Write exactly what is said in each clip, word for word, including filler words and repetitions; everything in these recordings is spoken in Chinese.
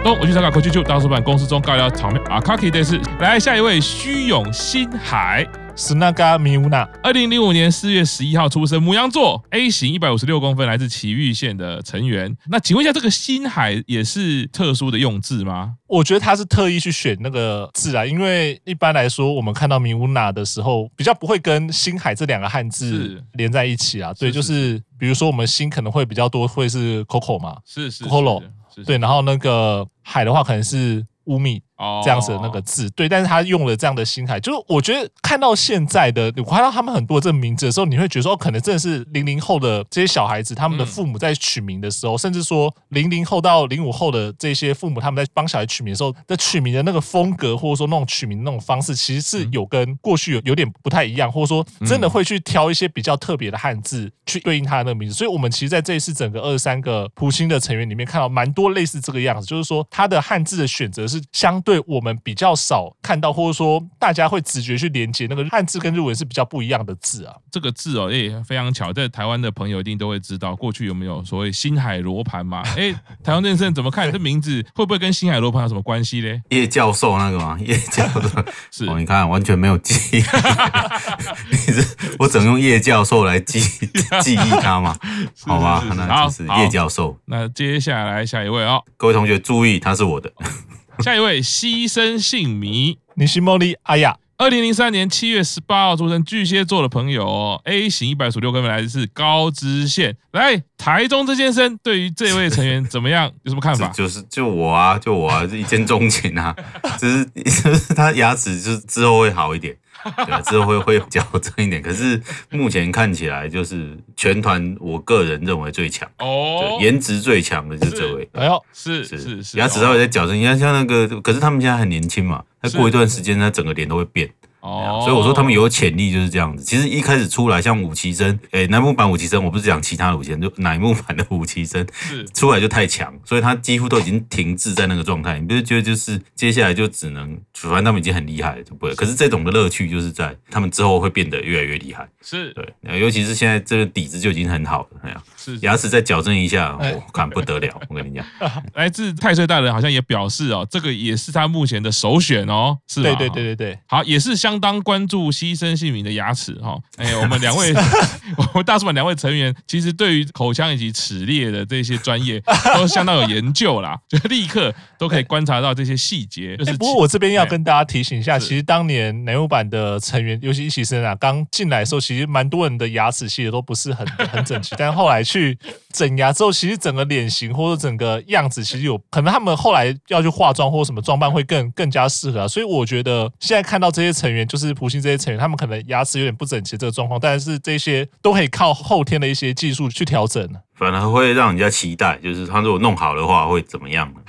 东，我去参考 Coach Chu 大叔版公司中尬聊场面啊 ，Kaki 这次来下一位虚永新海。 Sunaga Miuna， 二零零五年四月十一号出生，牡羊座 ，A 型，一百五十六公分，来自崎玉县的成员。那请问一下，这个新海也是特殊的用字吗？ 我觉得他是特意去选那个字啊，因为一般来说，我们看到 Miuna 的时候，比较不会跟新海这两个汉字连在一起啊。对，就是比如说我们新可能会比较多会是 Coco 嘛， 是是 Coco， 对，然后那个海的话可能是乌米。这样子的那个字，对，但是他用了这样的心海，就是我觉得看到现在的，我看到他们很多这个名字的时候，你会觉得说，哦，可能真的是零零后的这些小孩子，他们的父母在取名的时候，嗯、甚至说零零后到零五后的这些父母，他们在帮小孩取名的时候，的取名的那个风格，或者说那种取名的那种方式，其实是有跟过去有有点不太一样，或者说真的会去挑一些比较特别的汉字去对应他的那个名字。所以，我们其实在这一次整个二十三个普星的成员里面，看到蛮多类似这个样子，就是说他的汉字的选择是相对我们比较。比较少看到，或者说大家会直觉去连接那个汉字跟日文是比较不一样的字啊。 这个字哦，也非常巧，在台湾的朋友一定都会知道，过去有没有所谓星海罗盘嘛？哎，台湾认证怎么看？这名字会不会跟星海罗盘有什么关系嘞？ 叶教授那个吗？叶教授是、哦，你看完全没有记，你是我只能用叶教授来记记忆他嘛？好吧，那就是叶教授。 那接下来下一位哦， 各位同学注意，他是我的。 下一位牺牲姓迷尼西莫利阿亚， 二零零三年七月十八号出生，巨蟹座的朋友哦 ，A 型，一百五十六公分，来自高知县。来，台中之先生对于这位成员怎么样？有什么看法？ 就是就我啊，就我啊，一见钟情啊，只是就是他牙齿就是之后会好一点。对啊，之后会会矫正一点，可是目前看起来就是全团我个人认为最强哦，颜值最强的就是这位。 哎呦， 是是是， 牙齿稍微在矫正，你看像那个，可是他们现在很年轻嘛，他过一段时间，他整个脸都会变。哦，所以我说他们有潜力就是这样子。其实一开始出来像武崎生，诶，楠木版武崎生，我不是讲其他的武崎生，就乃木版的武崎生出来就太强，所以他几乎都已经停滞在那个状态。你不是觉得就是接下来就只能，反正他们已经很厉害了，就不会。可是这种的乐趣就是在他们之后会变得越来越厉害。 是对，尤其是现在这个底子就已经很好了，哎呀，牙齿再矫正一下，我、哦、看不得了，我跟你讲。 来自太岁大人好像也表示哦，这个也是他目前的首选哦，是吗？ 对对对对对， 好，也是相当关注牺牲姓名的牙齿哈。哎，我们两位，我们大叔版两位成员，其实对于口腔以及齿列的这些专业都相当有研究啦，就立刻都可以观察到这些细节。就是、 不过我这边要跟大家提醒一下，其实当年乃木坂的成员，尤其一期生啊，刚进来的时候，其实蛮多人的牙齿其实都不是很很整齐，但后来去整牙之后，其实整个脸型或者整个样子，其实有可能他们后来要去化妆或什么装扮会更更加适合啊。所以我觉得现在看到这些成员，就是普星这些成员，他们可能牙齿有点不整齐这个状况，但是这些都可以靠后天的一些技术去调整。 反而会让人家期待，就是他如果弄好的话会怎么样呢？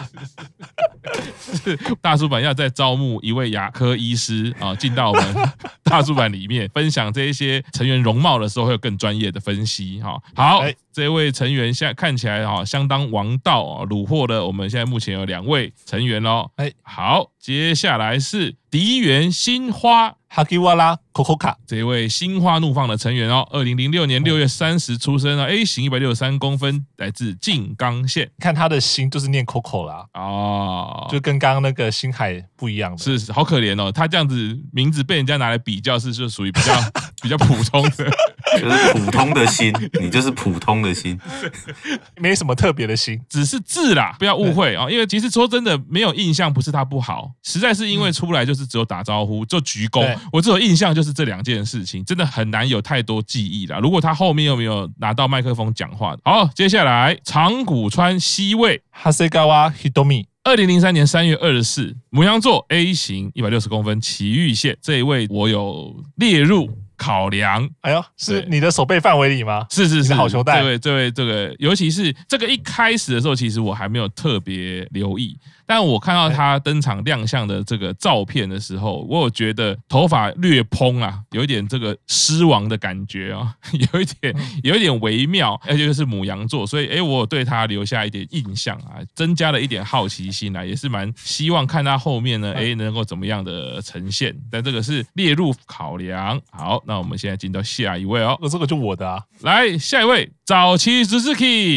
大叔版要再招募一位牙科医师啊，进到我们大叔版里面分享这一些成员容貌的时候，会有更专业的分析哈。好，欸、这位成员现在看起来哈相当王道啊，虏获了我们现在目前有两位成员喽。哎、欸，好，接下来是迪原新花。 哈基瓦拉 Kokoka 这位心花怒放的成员哦，二零零六年六月三十出生啊 ，A 型，一百六十三公分，来自静冈县。 看他的心就是念 Coco 啦，哦，就跟刚刚那个星海不一样的， 是是好可怜哦。他这样子名字被人家拿来比较，是就属于比较比较普通的， 就是普通的心，你就是普通的心， 没什么特别的心， 只是字啦，不要误会啊、哦。因为其实说真的，没有印象不是他不好，实在是因为出来就是只有打招呼，就鞠躬。我只有印象就是这两件事情，真的很难有太多记忆啦。如果他后面有没有拿到麦克风讲话，好，接下来长谷川希卫 Hasegawa Hitomi， 二零零三年三月二十四，牡羊座 A 型，一百六十公分，埼玉县。这一位我有列入考量。 哎呦，是你的手背范围里吗？ 是是是， 好球带。 这位这位这个，尤其是这个一开始的时候，其实我还没有特别留意。但我看到他登场亮相的这个照片的时候，我有觉得头发略蓬啊，有一点这个狮王的感觉啊，有一点有一点微妙，而且就是牡羊座，所以哎，我有对他留下一点印象啊，增加了一点好奇心啊，也是蛮希望看他后面呢，哎，能够怎么样的呈现。但这个是列入考量。好，那我们现在进到下一位哦， 这个就我的啊， 来下一位早期 Suzuki。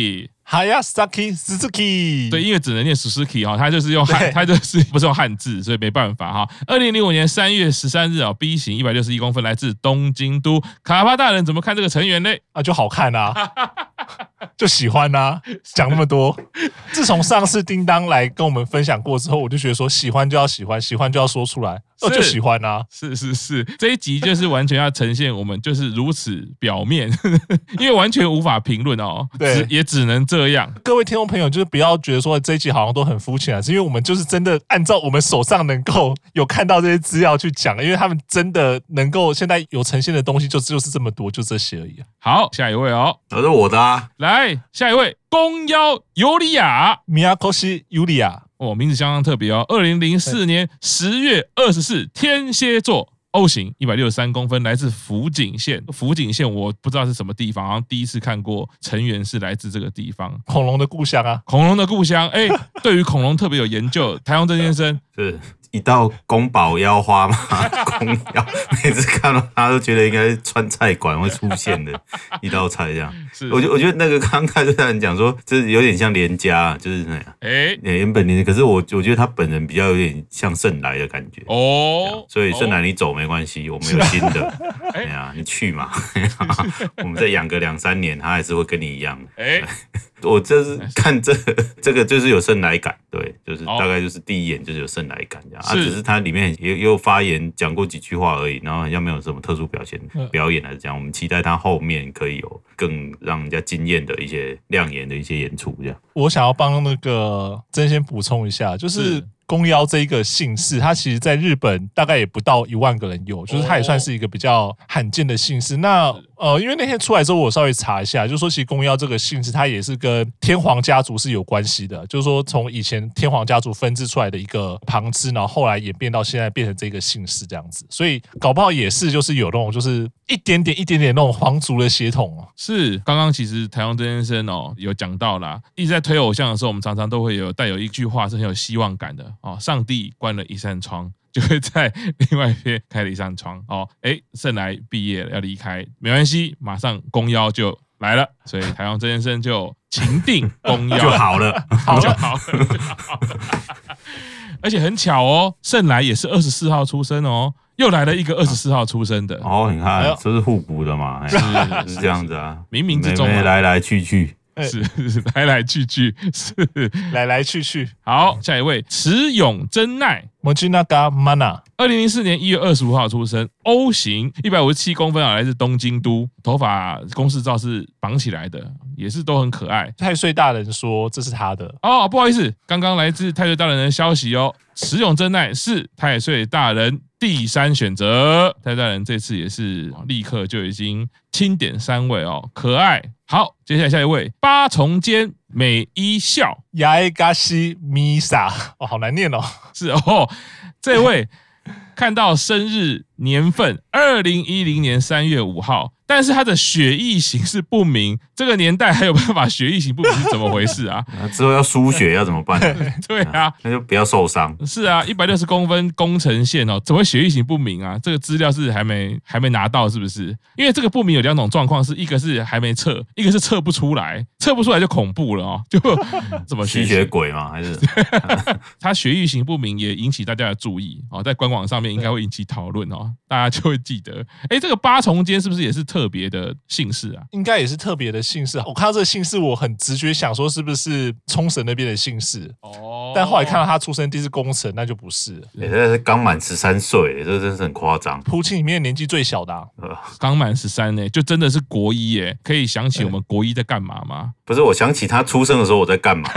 Hayasaki Suzuki， 对，因为只能念 Suzuki 哈，他就是用汉，他就是不是用汉字，所以没办法哈。二零零五年三月十三日啊 ，B 型一百六十一公分，来自东京都。卡帕大人怎么看这个成员呢？ 啊，就好看啊，就喜欢啊，讲那么多。自从上次叮当来跟我们分享过之后，我就觉得说喜欢就要喜欢，喜欢就要说出来，哦，就喜欢啊。 是是是，这一集就是完全要呈现我们就是如此表面，因为完全无法评论哦， 对， 也只能这样。 各位听众朋友，就是不要觉得说这一集好像都很肤浅啊，是因为我们就是真的按照我们手上能够有看到这些资料去讲，因为他们真的能够现在有呈现的东西就就是这么多，就这些而已、啊。 好，下一位哦， 那是我的啊， 来下一位，宫腰尤里亚。 Miyakoshi Yulia， 哦，名字相当特别哦。二零零四年十月二十四，天蝎座。O 型一百六十三公分，来自福井县。福井县我不知道是什么地方，好像第一次看过成员是来自这个地方。 恐龙的故乡啊， 恐龙的故乡。哎，对于恐龙特别有研究。台湾郑先生是一道宫保腰花嘛，宫腰，每次看到他都觉得应该是川菜馆会出现的一道菜这样。是，我觉我觉得那个刚才就有人讲说，这有点像连家，就是那样。哎，原本连，可是我我觉得他本人比较有点像盛来的感觉。哦，所以盛来你走没关系，我们有新的。哎呀，你去嘛，我们再养个两三年，他还是会跟你一样。哎。我这是看这个，这个就是有生来感，对，就是大概就是第一眼就是有生来感这样，啊，只是他里面也有发言讲过几句话而已，然后好像没有什么特殊表现表演还是这样，我们期待他后面可以有更让人家惊艳的一些亮眼的一些演出这样。 我想要帮那个真先补充一下，就是。宫腰这一个姓氏，它其实在日本大概也不到一万个人有，就是它也算是一个比较罕见的姓氏。那呃，因为那天出来之后，我稍微查一下，就是说其实宫腰这个姓氏，它也是跟天皇家族是有关系的，就是说从以前天皇家族分支出来的一个旁支，然后后来演变到现在变成这个姓氏这样子，所以搞不好也是就是有那种就是一点点一点点那种皇族的血统哦。 是，刚刚其实台湾真先生哦有讲到啦，一直在推偶像的时候，我们常常都会有带有一句话是很有希望感的。哦，上帝关了一扇窗，就会在另外一边开了一扇窗。哦，哎，盛来毕业了要离开，没关系，马上宫腰就来了，所以台湾真先生就情定宫腰就好了， 好就好了，就好了。而且很巧哦，盛来也是二十四号出生哦，又来了一个二十四号出生的。 哦，你看，这是互补的嘛，是是这样子啊， 冥冥之中来来去去。 是, 是来来去去，是来来去去。 好，下一位池永真奈 ，Mochinaga Mana， 二零零四年一月二十五号出生 ，O 型，一百五十七公分啊，来自东京都，头发公式照是绑起来的，也是都很可爱。 太岁大人说这是他的哦，不好意思，刚刚来自太岁大人的消息哦，池永真奈是太岁大人第三选择，太岁大人这次也是立刻就已经钦点三位哦，可爱。好，接下来下一位八重间美一笑ヤエガシミサ，哦，好难念哦。 是哦，这位看到生日年份二零一零年三月五号，但是他的血液型是不明，这个年代还有办法血液型不明是怎么回事啊？ 之后要输血要怎么办？ 对啊， 那就不要受伤。 是啊，一百六十公分宫城县哦，怎么会血液型不明啊？这个资料是还没还没拿到，是不是？因为这个不明有两种状况，是一个是还没测，一个是测不出来，测不出来就恐怖了哦，就怎么吸血鬼吗？还是他血液型不明也引起大家的注意哦，在官网上面应该会引起讨论哦，大家就会记得，哎，这个八重间是不是也是特别的姓氏啊？ 应该也是特别的姓氏。我看到这个姓氏，我很直觉想说是不是冲绳那边的姓氏哦，但后来看到他出生地是宫城，那就不是。 哎，这是刚满十三岁，这真是很夸张。 扑亲里面年纪最小的、啊， 刚满十三呢，就真的是国一哎，可以想起我们国一在干嘛吗？ 不是，我想起他出生的时候我在干嘛，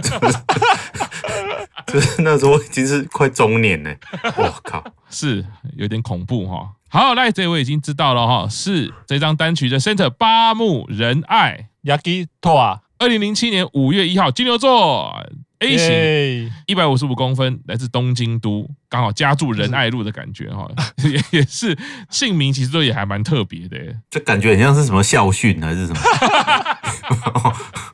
就是那时候已经是快中年了，我靠， 是有点恐怖哈。好，来这位已经知道了哈，是这张单曲的 center 八木仁爱 Yaki Toa， 二零零七年五月一号，金牛座 A 型，一百五十五公分，来自东京都，刚好家住仁爱路的感觉哈，也也是姓名其实都也还蛮特别的， 这感觉很像是什么校训还是什么。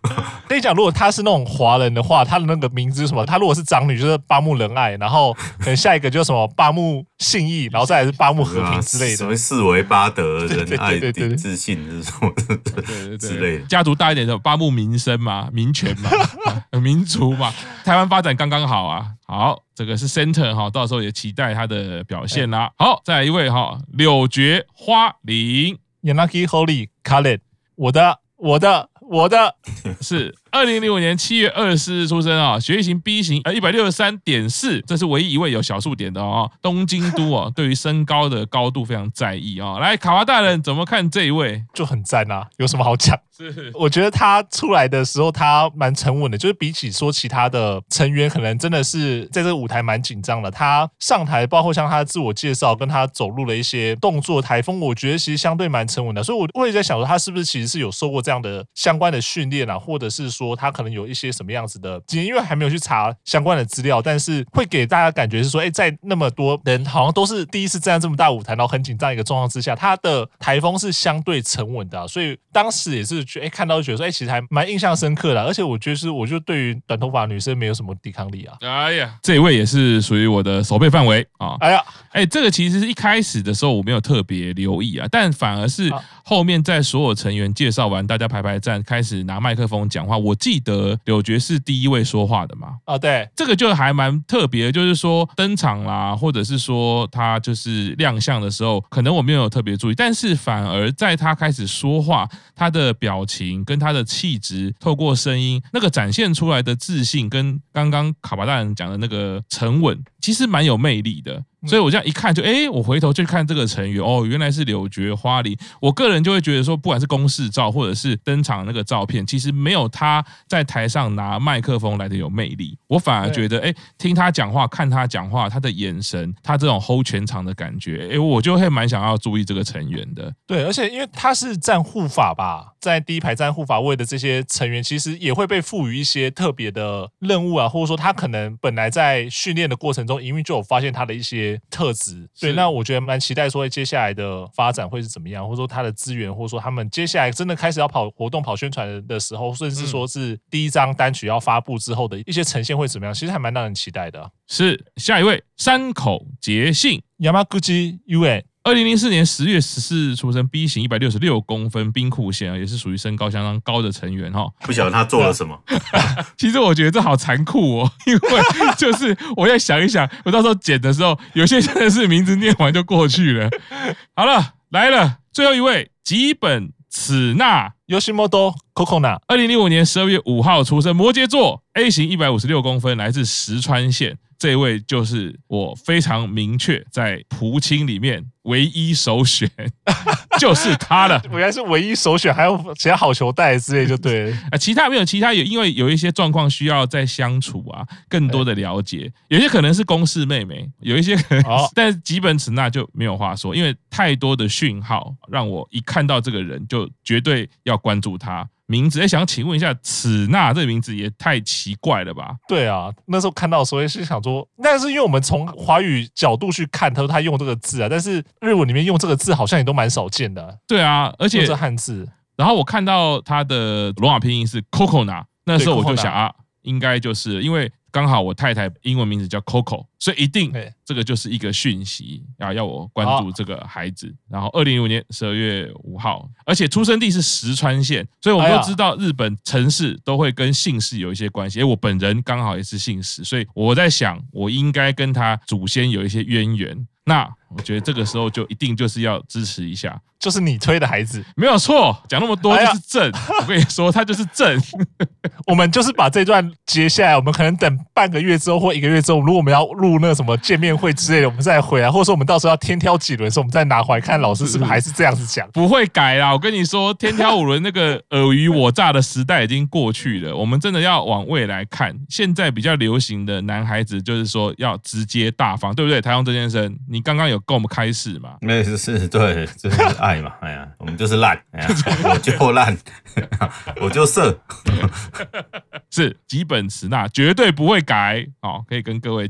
跟你讲，如果他是那种华人的话，他的那个名字是什么？他如果是长女，就是八木仁爱，然后可能下一个就是什么八木信义，然后再来是八木和平之类的。 什么四维八德、仁爱、顶自信是什么之类的？ 家族大一点的八木民生嘛，民权嘛，民族嘛，台湾发展刚刚好啊。好，这个是 Center 哈，到时候也期待他的表现啦。好，再来一位哈，柳蕨花翎 Yanagi Holy Khaled， 我的，我的。我的是二零零五年七月二十四日出生啊，血液型 B 型，呃一百六十三点四，这是唯一一位有小数点的哦。东京都哦，对于身高的高度非常在意哦。来，卡华大人怎么看这一位？ 就很赞啊，有什么好讲？ 是， 我觉得他出来的时候他蛮沉稳的，就是比起说其他的成员，可能真的是在这个舞台蛮紧张的。他上台，包括像他的自我介绍，跟他走路的一些动作台风，我觉得其实相对蛮沉稳的。所以我我也在想说，他是不是其实是有受过这样的相关的训练啊，或者是说他可能有一些什么样子的经验，因为还没有去查相关的资料，但是会给大家感觉是说，哎，在那么多人好像都是第一次站在这么大舞台，然后很紧张一个状况之下，他的台风是相对沉稳的、啊，所以当时也是觉得，哎，看到就觉得说，哎，其实还蛮印象深刻的、啊。而且我觉得是，我就对于短头发女生没有什么抵抗力啊。 哎呀，这一位也是属于我的守备范围啊。 哎呀， 哎，这个其实是一开始的时候我没有特别留意啊，但反而是后面在所有成员介绍完，大家排排站开始拿麦克风讲话，我记得柳蕨是第一位说话的嘛。 啊，对， 这个就还蛮特别，就是说登场啦，或者是说他就是亮相的时候，可能我没有特别注意，但是反而在他开始说话，他的表情跟他的气质，透过声音那个展现出来的自信，跟刚刚卡巴大人讲的那个沉稳，其实蛮有魅力的。所以我这样一看就，哎，我回头去看这个成员，哦，原来是柳蕨花翎。我个人就会觉得说，不管是公示照或者是登场那个照片，其实没有他在台上拿麦克风来的有魅力。我反而觉得，哎，听他讲话，看他讲话，他的眼神，他这种 hold 全场的感觉，哎，我就会蛮想要注意这个成员的。 对，而且因为他是站护法吧，在第一排站护法位的这些成员，其实也会被赋予一些特别的任务啊，或者说他可能本来在训练的过程中，营运就有发现他的一些特质。对，那我觉得蛮期待说接下来的发展会是怎么样，或者说他的资源，或者说他们接下来真的开始要跑活动、跑宣传的时候，甚至说是第一张单曲要发布之后的一些呈现会怎么样，其实还蛮让人期待的、啊。 是，下一位山口结信 Yamaguchi U N。 二零零四年十月十四日出生 ，B 型，一百六十六公分，兵库县啊，也是属于身高相当高的成员哈。 不晓得他做了什么。 其实我觉得这好残酷哦，因为就是我在想一想，我到时候剪的时候，有些真的是名字念完就过去了。好了，来了，最后一位吉本此那 Yoshimoto Kokona， 二零零五年十二月五号出生，摩羯座 ，A 型，一百五十六公分，来自石川县。这位就是我非常明确在蒲青里面唯一首选，就是他了。 原来是唯一首选，还有其他好球带之类就对了。 啊，其他没有，其他有，因为有一些状况需要再相处啊，更多的了解。有些可能是公式妹妹，有一些可能是，哦、但是吉本此那就没有话说，因为太多的讯号让我一看到这个人就绝对要关注他。名字，哎，想请问一下，此那这个名字也太奇怪了吧？ 对啊，那时候看到的时候也是想说，但是因为我们从华语角度去看，他说他用这个字啊，但是日文里面用这个字好像也都蛮少见的、啊。 对啊，而且是汉字。 然后我看到他的罗马拼音是 Kokona， 那时候我就想啊，应该就是因为刚好我太太英文名字叫 Coco， 所以一定这个就是一个讯息啊，要我关注这个孩子。然后二零零五年十二月五号，而且出生地是石川县，所以我们都知道日本城市都会跟姓氏有一些关系。哎，我本人刚好也是姓石，所以我在想，我应该跟他祖先有一些渊源。那我觉得这个时候就一定就是要支持一下， 就是你推的孩子， 没有错。讲那么多就是正，哎、我跟你说，他就是正。 我们就是把这段接下来，我们可能等半个月之后或一个月之后，如果我们要录那个什么见面会之类的，我们再回来，或者说我们到时候要天挑几轮的时候，我们再拿回来看老师是不是还是这样子讲。 不会改啦，我跟你说，天挑五轮那个尔虞我诈的时代已经过去了，我们真的要往未来看。现在比较流行的男孩子就是说要直接大方，对不对？台中郑先生，你刚刚有跟我们开示嘛？ 那是是，对，这是爱嘛。哎呀，我们就是烂，哎呀，我就烂，我就色。 是吉本此那绝对不会改哦，可以跟各位讲。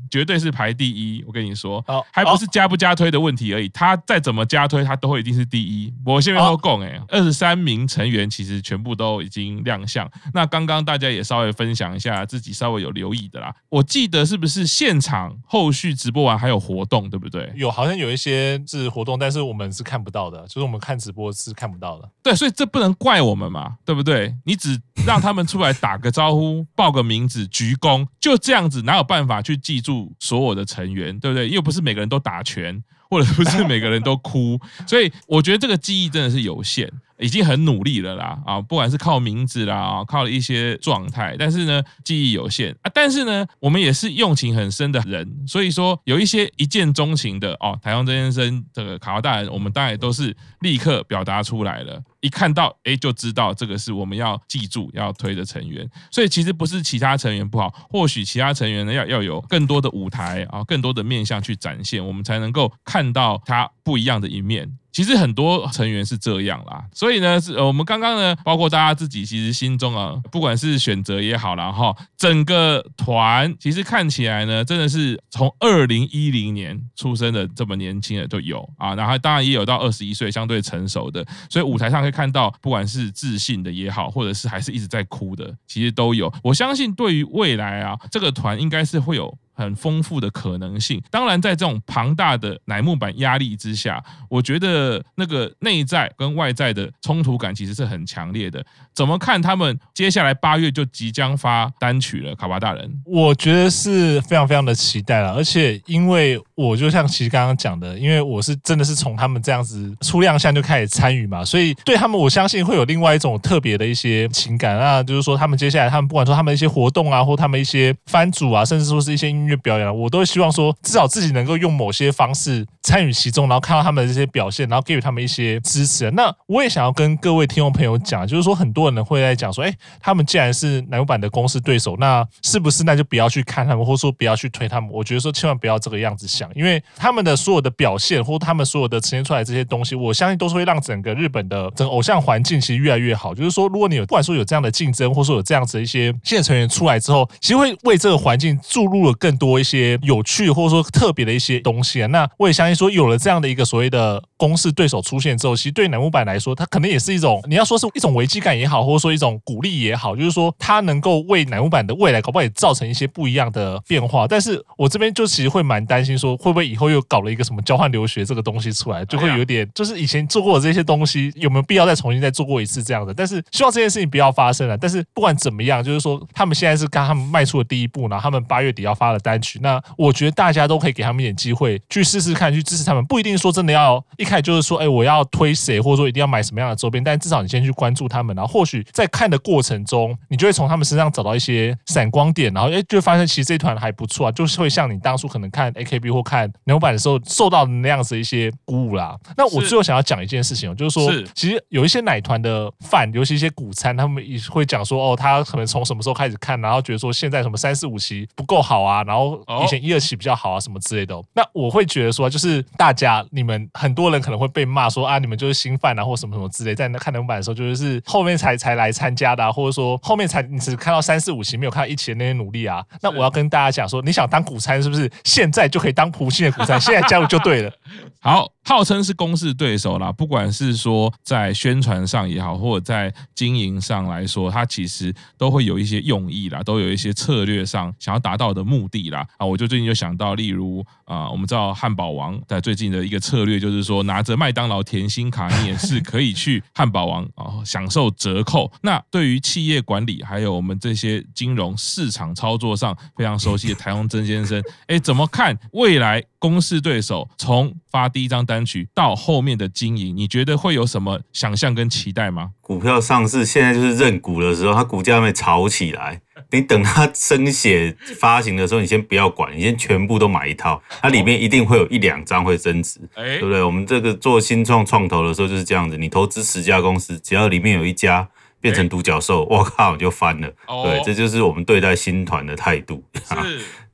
绝对是排第一。我跟你说， 哦、 还不是加不加推的问题而已，他再怎么加推，他都会一定是第一。我现在都讲哎，二十三名成员其实全部都已经亮相。那刚刚大家也稍微分享一下自己稍微有留意的啦。我记得是不是现场后续直播完还有活动，对不对？ 有，好像有一些是活动，但是我们是看不到的，就是我们看直播是看不到的。 对，所以这不能怪我们嘛，对不对？你只让他们出来打个招呼，报个名字，鞠躬，就这样子，哪有办法去记住所有的成员，对不对？又不是每个人都打拳，或者不是每个人都哭，所以我觉得这个记忆真的是有限。已经很努力了啦，啊，不管是靠名字啦，啊，靠了一些状态，但是呢，记忆有限啊。但是呢，我们也是用情很深的人，所以说有一些一见钟情的哦，台湾真先生这个卡华大人，我们当然都是立刻表达出来了。一看到哎就知道这个是我们要记住要推的成员，所以其实不是其他成员不好，或许其他成员呢要要有更多的舞台啊，更多的面向去展现，我们才能够看到他不一样的一面。其实很多成员是这样啦，所以呢，我们刚刚呢，包括大家自己其实心中啊，不管是选择也好啦哈，整个团其实看起来呢，真的是从二零一零年出生的这么年轻的都有啊，然后当然也有到二十一岁相对成熟的，所以舞台上可以看到，不管是自信的也好，或者是还是一直在哭的，其实都有。我相信对于未来啊，这个团应该是会有很丰富的可能性。当然，在这种庞大的乃木坂压力之下，我觉得那个内在跟外在的冲突感其实是很强烈的。怎么看他们接下来八月就即将发单曲了？卡巴大人， 我觉得是非常非常的期待了。而且因为我就像其实刚刚讲的，因为我是真的是从他们这样子初亮相就开始参与嘛，所以对他们我相信会有另外一种特别的一些情感。那就是说，他们接下来他们不管说他们一些活动啊，或他们一些番组啊，甚至说是一些音乐表演，我都希望说至少自己能够用某些方式参与其中，然后看到他们的这些表现，然后给予他们一些支持。那我也想要跟各位听众朋友讲，就是说很多人会在讲说，哎，他们既然是乃木坂的公司对手，那是不是那就不要去看他们，或者说不要去推他们？我觉得说千万不要这个样子想，因为他们的所有的表现，或他们所有的呈现出来的这些东西，我相信都是会让整个日本的整个偶像环境其实越来越好。就是说，如果你有不管说有这样的竞争，或者说有这样子的一些新的成员出来之后，其实会为这个环境注入了更多一些有趣或者说特别的一些东西啊。那我也相信说，有了这样的一个所谓的公式对手出现之后，其实对乃木坂来说，它可能也是一种你要说是一种危机感也好，或者说一种鼓励也好，就是说它能够为乃木坂的未来搞不好也造成一些不一样的变化。但是我这边就其实会蛮担心说，会不会以后又搞了一个什么交换留学这个东西出来，就会有点就是以前做过的这些东西有没有必要再重新再做过一次这样的？但是希望这件事情不要发生了。但是不管怎么样，就是说他们现在是刚他们迈出了第一步，然后他们八月底要发了单曲，那我觉得大家都可以给他们一点机会去试试看，去支持他们。不一定说真的要一开始就是说，哎，我要推谁，或者说一定要买什么样的周边，但至少你先去关注他们，然后或许在看的过程中，你就会从他们身上找到一些闪光点，然后哎，就会发现其实这一团还不错啊，就是会像你当初可能看 A K B 或看乃木坂的时候受到的那样子的一些鼓舞啦。那我最后想要讲一件事情，就是说，是其实有一些奶团的饭，尤其一些古餐，他们也会讲说，哦，他可能从什么时候开始看，然后觉得说现在什么三四五期不够好啊，然后以前一二期比较好啊，什么之类的、哦。那我会觉得说，就是大家你们很多人可能会被骂说啊，你们就是新饭啊，或什么什么之类，在看乃木坂的时候，就是后面才才来参加的、啊，或者说后面才你只看到三四五期，没有看到一期的那些努力啊。那我要跟大家讲说，你想当古餐是不是？现在就可以当普信的古餐，现在加入就对了。 好，号称是公式对手啦，不管是说在宣传上也好，或者在经营上来说，它其实都会有一些用意啦，都有一些策略上想要达到的目的啦。啊，我就最近就想到，例如啊、呃，我们知道汉堡王在最近的一个策略就是说，拿着麦当劳甜心卡，你也是可以去汉堡王啊享受折扣。那对于企业管理还有我们这些金融市场操作上非常熟悉的台湾曾先生，哎，怎么看未来公式对手从发第一张单曲到后面的经营，你觉得会有什么想象跟期待吗？ 股票上市现在就是认股的时候，它股价没炒起来。你等它升血发行的时候，你先不要管，你先全部都买一套，它里面一定会有一两张会增值，对不对？我们这个做新创创投的时候就是这样子，你投资十家公司，只要里面有一家变成独角兽，我靠，你就翻了。对，这就是我们对待新团的态度。 是。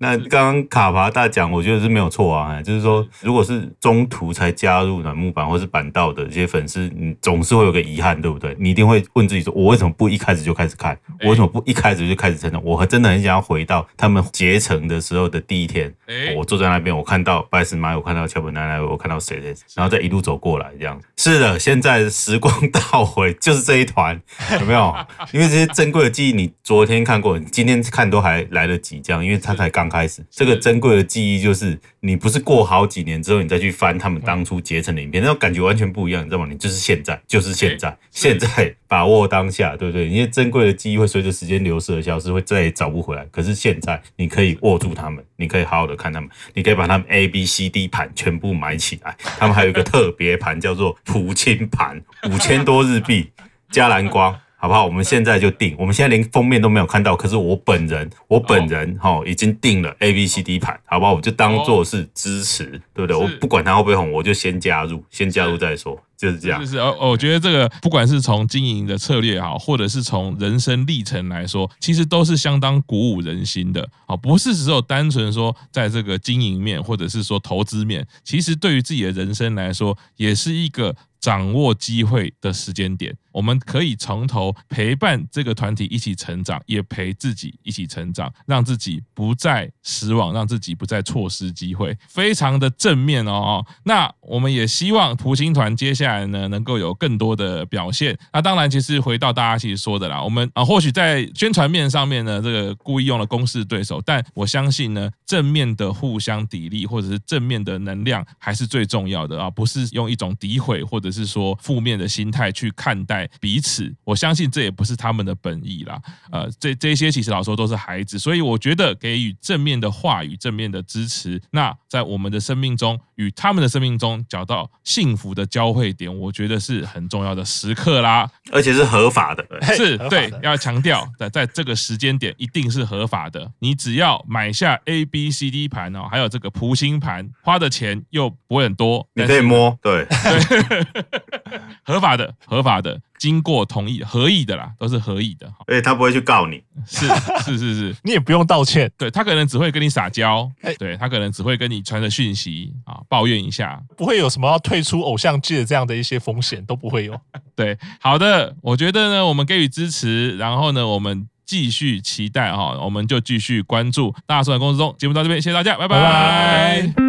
那刚刚卡帕大讲，我觉得是没有错啊，就是说，如果是中途才加入楠木板或是板道的这些粉丝，你总是会有个遗憾，对不对？你一定会问自己说，我为什么不一开始就开始看？我为什么不一开始就开始成长？我真的很想要回到他们结成的时候的第一天，我坐在那边，我看到白石麻，我看到桥本奈奈，我看到谁谁，然后再一路走过来，这样。是的，现在时光倒回，就是这一团，有没有？因为这些珍贵的记忆，你昨天看过，你今天看都还来得及，这样，因为它才刚开始。这个珍贵的记忆，就是你不是过好几年之后，你再去翻他们当初结成的影片，那种感觉完全不一样，你知道吗？你就是现在，就是现在，现在把握当下，对不对？因为珍贵的记忆会随着时间流逝而消失，会再也找不回来。可是现在，你可以握住他们，你可以好好的看他们，你可以把他们 A B C D 盘全部买起来。他们还有一个特别盘叫做普清盘，五千多日币加蓝光。好不好？我们现在就定，我们现在连封面都没有看到，可是我本人，我本人哈、哦、已经定了 A B C D 盘，好不好？我就当做是支持，对不对？我不管它会不会红，我就先加入，先加入再说。就是这样， 是是哦，我觉得这个不管是从经营的策略也好，或者是从人生历程来说，其实都是相当鼓舞人心的。好，不是只有单纯说在这个经营面，或者是说投资面，其实对于自己的人生来说，也是一个掌握机会的时间点。我们可以从头陪伴这个团体一起成长，也陪自己一起成长，让自己不再失望，让自己不再错失机会，非常的正面哦。那我们也希望普星团接下来呢能够有更多的表现。那当然，其实回到大家其实说的啦，我们啊或许在宣传面上面呢，这个故意用了攻势对手，但我相信呢，正面的互相砥砺或者是正面的能量还是最重要的啊，不是用一种诋毁或者是说负面的心态去看待彼此。我相信这也不是他们的本意啦。呃，这这些其实老实说都是孩子，所以我觉得给予正面的话语、正面的支持，那在我们的生命中与他们的生命中找到幸福的交汇点，我觉得是很重要的时刻啦， 而且是合法的。 是对，要强调在在这个时间点一定是合法的。你只要买下 A B C D 盘哦，还有这个普星盘，花的钱又不会很多， 你可以摸，对对，合法的，合法的。经过同意合意的啦，都是合意的， 而且他不会去告你， 是是是是， 你也不用道歉， 对他可能只会跟你撒娇，对他可能只会跟你传着讯息啊，抱怨一下， 不会有什么要退出偶像界的这样的一些风险都不会有。 对，好的，我觉得呢，我们给予支持，然后呢，我们继续期待哈，我们就继续关注大叔的公司中节目到这边，谢谢大家，拜拜。拜拜。